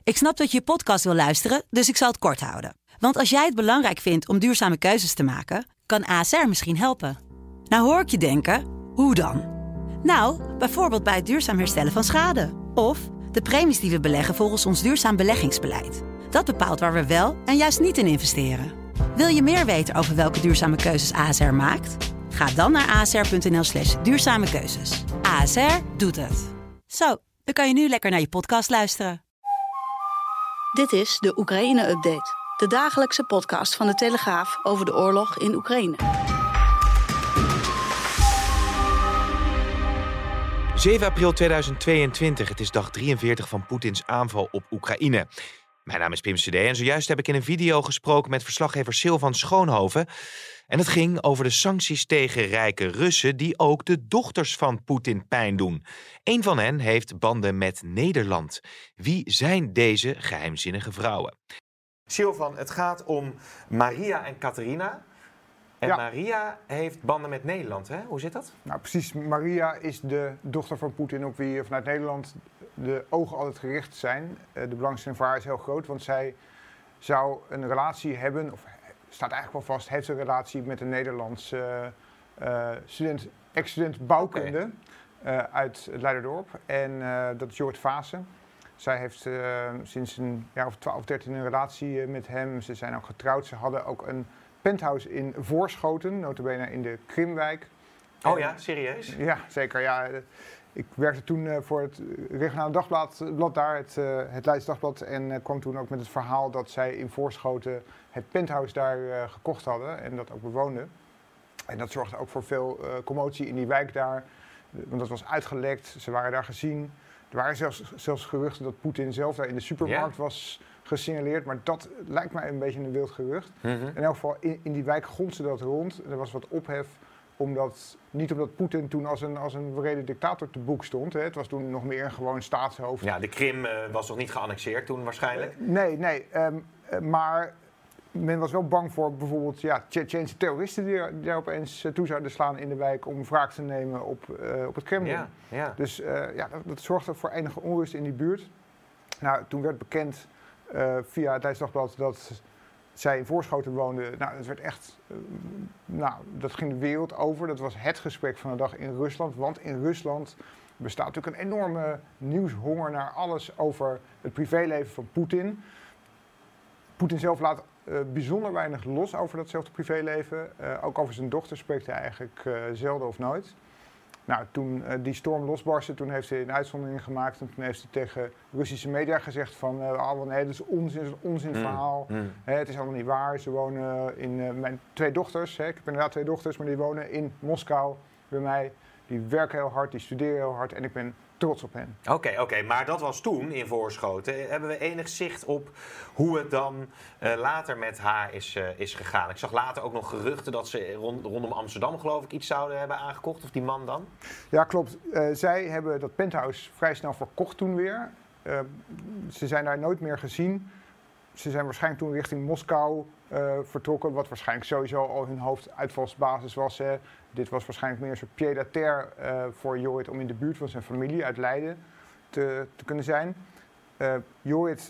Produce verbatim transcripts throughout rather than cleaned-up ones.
Ik snap dat je je podcast wil luisteren, dus ik zal het kort houden. Want als jij het belangrijk vindt om duurzame keuzes te maken, kan A S R misschien helpen. Nou hoor ik je denken, hoe dan? Nou, bijvoorbeeld bij het duurzaam herstellen van schade. Of de premies die we beleggen volgens ons duurzaam beleggingsbeleid. Dat bepaalt waar we wel en juist niet in investeren. Wil je meer weten over welke duurzame keuzes A S R maakt? Ga dan naar asr.nl slash duurzame keuzes. A S R doet het. Zo, dan kan je nu lekker naar je podcast luisteren. Dit is de Oekraïne-update. De dagelijkse podcast van de Telegraaf over de oorlog in Oekraïne. zeven april tweeduizend tweeëntwintig, het is dag drieënveertig van Poetins aanval op Oekraïne. Mijn naam is Pim Cedee en zojuist heb ik in een video gesproken met verslaggever Silvan Schoonhoven. En het ging over de sancties tegen rijke Russen die ook de dochters van Poetin pijn doen. Eén van hen heeft banden met Nederland. Wie zijn deze geheimzinnige vrouwen? Silvan, het gaat om Maria en Katerina. En ja. Maria heeft banden met Nederland, hè? Hoe zit dat? Nou, precies. Maria is de dochter van Poetin op wie vanuit Nederland de ogen altijd gericht zijn. De belangstelling voor haar is heel groot, want zij zou een relatie hebben, of staat eigenlijk wel vast, heeft een relatie met een Nederlandse uh, student, ex-student bouwkunde okay. uh, uit het Leiderdorp. En uh, dat is Jorrit Vaassen. Zij heeft uh, sinds een jaar of twaalf, dertien een relatie uh, met hem. Ze zijn ook getrouwd. Ze hadden ook een penthouse in Voorschoten, nota bene in de Krimwijk. Oh en, ja, serieus? Ja, zeker. Ja. Ik werkte toen uh, voor het regionale dagblad blad daar, het, uh, het Leids Dagblad. En uh, kwam toen ook met het verhaal dat zij in Voorschoten het penthouse daar uh, gekocht hadden en dat ook bewoonden. En dat zorgde ook voor veel uh, commotie in die wijk daar. Want dat was uitgelekt, ze waren daar gezien. Er waren zelfs, zelfs geruchten dat Poetin zelf daar in de supermarkt yeah. was gesignaleerd. Maar dat lijkt mij een beetje een wild gerucht. Mm-hmm. In elk geval, in, in die wijk gonsde dat rond. Er was wat ophef. Omdat, niet omdat Poetin toen als een, als een wrede dictator te boek stond. Hè. Het was toen nog meer een gewoon staatshoofd. Ja, de Krim uh, was nog niet geannexeerd toen waarschijnlijk? Uh, nee, nee. Um, uh, maar men was wel bang voor bijvoorbeeld ja, Tsjetsjeense terroristen die, die daar opeens uh, toe zouden slaan in de wijk om wraak te nemen op, uh, op het Kremlin. Ja, ja. Dus uh, ja, dat, dat zorgde voor enige onrust in die buurt. Nou, toen werd bekend uh, via het Leids Dagblad dat zij in Voorschoten woonde. Nou, dat werd echt, uh, nou, dat ging de wereld over. Dat was het gesprek van de dag in Rusland. Want in Rusland bestaat natuurlijk een enorme nieuwshonger naar alles over het privéleven van Poetin. Poetin zelf laat uh, bijzonder weinig los over datzelfde privéleven. Uh, ook over zijn dochter spreekt hij eigenlijk uh, zelden of nooit. Nou, toen uh, die storm losbarstte, toen heeft hij een uitzondering gemaakt. En toen heeft hij tegen Russische media gezegd van, uh, oh, nee, dat is onzin, dat is een onzinverhaal. Mm, mm. Hè, het is allemaal niet waar. Ze wonen in, uh, mijn twee dochters, hè, ik heb inderdaad twee dochters, maar die wonen in Moskou bij mij. Die werken heel hard, die studeren heel hard en ik ben trots op hen. Oké, okay, oké, okay, maar dat was toen in Voorschoten. Hebben we enig zicht op hoe het dan uh, later met haar is, uh, is gegaan? Ik zag later ook nog geruchten dat ze rond, rondom Amsterdam, geloof ik, iets zouden hebben aangekocht. Of die man dan? Ja, klopt. Uh, zij hebben dat penthouse vrij snel verkocht toen weer. Uh, ze zijn daar nooit meer gezien. Ze zijn waarschijnlijk toen richting Moskou uh, vertrokken, wat waarschijnlijk sowieso al hun hoofduitvalsbasis was. Hè. Dit was waarschijnlijk meer een soort pied-à-terre uh, voor Jorrit om in de buurt van zijn familie uit Leiden te, te kunnen zijn. Uh, Jorrit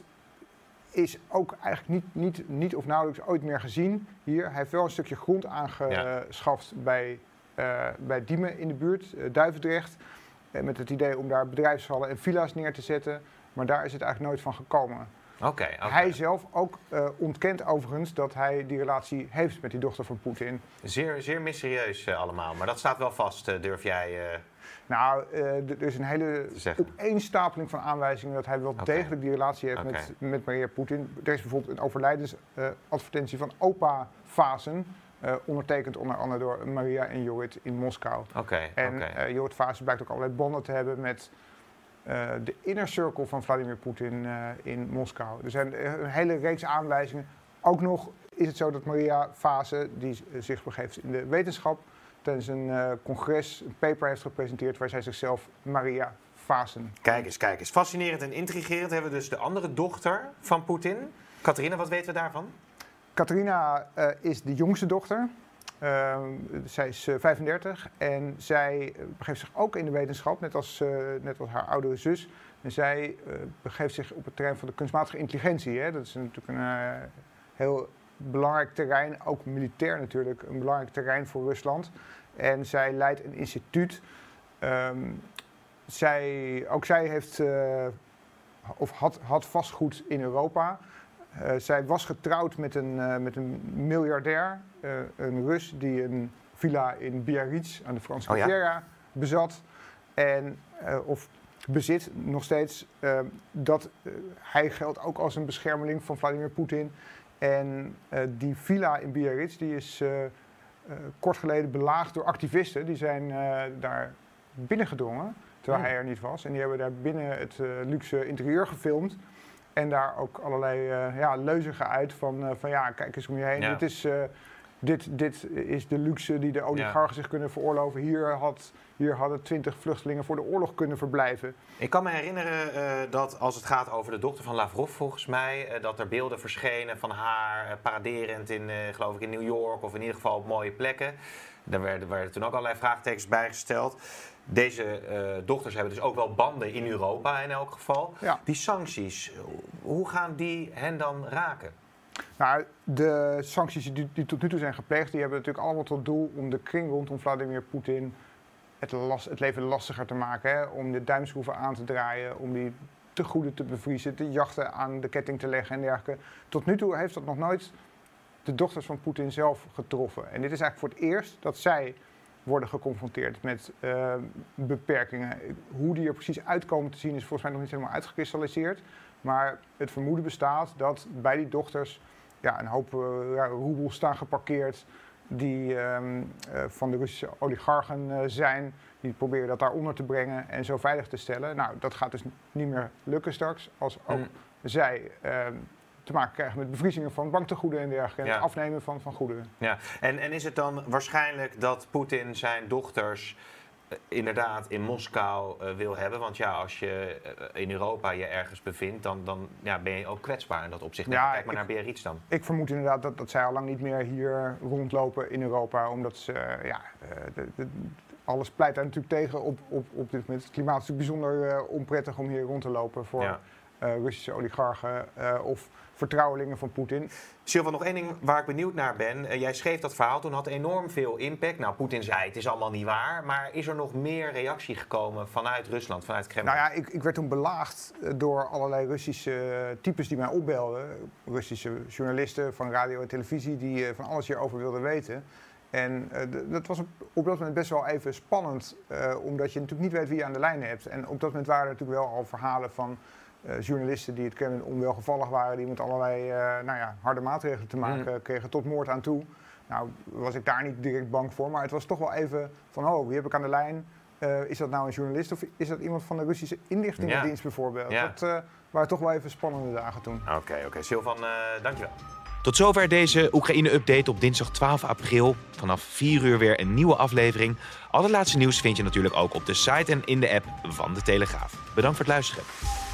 is ook eigenlijk niet, niet, niet of nauwelijks ooit meer gezien hier. Hij heeft wel een stukje grond aangeschaft ja. bij, uh, bij Diemen in de buurt, uh, Duivendrecht. Uh, met het idee om daar bedrijfshallen en villa's neer te zetten. Maar daar is het eigenlijk nooit van gekomen. Okay, okay. Hij zelf ook uh, ontkent overigens dat hij die relatie heeft met die dochter van Poetin. Zeer, zeer mysterieus uh, allemaal, maar dat staat wel vast, uh, durf jij... Uh... Nou, uh, d- er is een hele opeenstapeling van aanwijzingen dat hij wel okay. degelijk die relatie heeft okay. met, met Maria Poetin. Er is bijvoorbeeld een overlijdensadvertentie uh, van opa Vaassen, uh, ondertekend onder andere door Maria en Jorrit in Moskou. Okay, en okay. uh, Jorrit Vaassen blijkt ook allerlei banden te hebben met Uh, de inner circle van Vladimir Poetin uh, in Moskou. Er zijn een hele reeks aanwijzingen. Ook nog is het zo dat Maria Vaassen, die zich begeeft in de wetenschap, tijdens een uh, congres een paper heeft gepresenteerd waar zij zichzelf Maria Vaassen. Kijk eens, kijk eens. Fascinerend en intrigerend hebben we dus de andere dochter van Poetin. Katerina, wat weten we daarvan? Katerina uh, is de jongste dochter. Uh, zij is uh, vijfendertig en zij begeeft zich ook in de wetenschap, net als, uh, net als haar oudere zus. En zij uh, begeeft zich op het terrein van de kunstmatige intelligentie. Hè. Dat is natuurlijk een uh, heel belangrijk terrein, ook militair natuurlijk, een belangrijk terrein voor Rusland. En zij leidt een instituut. Um, zij, ook zij heeft, uh, of had, had vastgoed in Europa. Uh, zij was getrouwd met een, uh, met een miljardair, uh, een Rus die een villa in Biarritz aan de Franse Riviera oh ja? bezat. En, uh, of bezit nog steeds. Uh, dat, uh, hij geldt ook als een beschermeling van Vladimir Poetin. En uh, die villa in Biarritz die is uh, uh, kort geleden belaagd door activisten. Die zijn uh, daar binnengedrongen, terwijl oh. hij er niet was. En die hebben daar binnen het uh, luxe interieur gefilmd. En daar ook allerlei uh, ja, leuzen geuit van, uh, van ja, kijk eens om je heen. Ja. Dit, is, uh, dit, dit is de luxe die de oligarchen ja. zich kunnen veroorloven. Hier, had, hier hadden twintig vluchtelingen voor de oorlog kunnen verblijven. Ik kan me herinneren uh, dat als het gaat over de dochter van Lavrov volgens mij, uh, dat er beelden verschenen van haar uh, paraderend in, uh, geloof ik, in New York of in ieder geval op mooie plekken. Daar werden, werden toen ook allerlei vraagtekens bij gesteld. Deze uh, dochters hebben dus ook wel banden in Europa in elk geval. Ja. Die sancties, hoe gaan die hen dan raken? Nou, de sancties die, die tot nu toe zijn gepleegd, die hebben natuurlijk allemaal tot doel om de kring rondom Vladimir Poetin het, last, het leven lastiger te maken. Hè? Om de duimschroeven aan te draaien, om die tegoeden te bevriezen, de jachten aan de ketting te leggen en dergelijke. Tot nu toe heeft dat nog nooit de dochters van Poetin zelf getroffen. En dit is eigenlijk voor het eerst dat zij worden geconfronteerd met uh, beperkingen. Hoe die er precies uitkomen te zien is volgens mij nog niet helemaal uitgekristalliseerd. Maar het vermoeden bestaat dat bij die dochters ja, een hoop uh, ja, roebels staan geparkeerd die uh, uh, van de Russische oligarchen uh, zijn. Die proberen dat daaronder te brengen en zo veilig te stellen. Nou, dat gaat dus niet meer lukken straks als ook mm. zij Uh, te maken krijgen met bevriezingen van banktegoeden en dergelijke. En ja. het afnemen van, van goederen. Ja. En, en is het dan waarschijnlijk dat Poetin zijn dochters uh, inderdaad in Moskou uh, wil hebben? Want ja, als je uh, in Europa je ergens bevindt, dan, dan ja, ben je ook kwetsbaar in dat opzicht. Ja, Kijk maar ik, naar Biarritz dan. Ik vermoed inderdaad dat, dat zij al lang niet meer hier rondlopen in Europa. Omdat ze, uh, ja, uh, de, de, alles pleit daar natuurlijk tegen op, op, op dit moment. Het klimaat is natuurlijk bijzonder uh, onprettig om hier rond te lopen voor ja. uh, Russische oligarchen uh, of vertrouwelingen van Poetin. Silvan, nog één ding waar ik benieuwd naar ben. Uh, jij schreef dat verhaal, toen had enorm veel impact. Nou, Poetin zei, het is allemaal niet waar. Maar is er nog meer reactie gekomen vanuit Rusland, vanuit Kremlin? Nou ja, ik, ik werd toen belaagd door allerlei Russische types die mij opbelden. Russische journalisten van radio en televisie die uh, van alles hierover wilden weten. En uh, d- dat was op, op dat moment best wel even spannend. Uh, omdat je natuurlijk niet weet wie je aan de lijn hebt. En op dat moment waren er natuurlijk wel al verhalen van Uh, journalisten die het Kremlin onwelgevallig waren, die met allerlei uh, nou ja, harde maatregelen te maken mm. kregen, tot moord aan toe. Nou, was ik daar niet direct bang voor, maar het was toch wel even van, oh, wie heb ik aan de lijn? Uh, is dat nou een journalist of is dat iemand van de Russische inlichtingendienst ja. bijvoorbeeld? Ja. Dat uh, waren toch wel even spannende dagen toen. Oké, okay, oké. Okay. Silvan, uh, dankjewel. Tot zover deze Oekraïne-update op dinsdag twaalf april. Vanaf vier uur weer een nieuwe aflevering. Al het laatste nieuws vind je natuurlijk ook op de site en in de app van De Telegraaf. Bedankt voor het luisteren.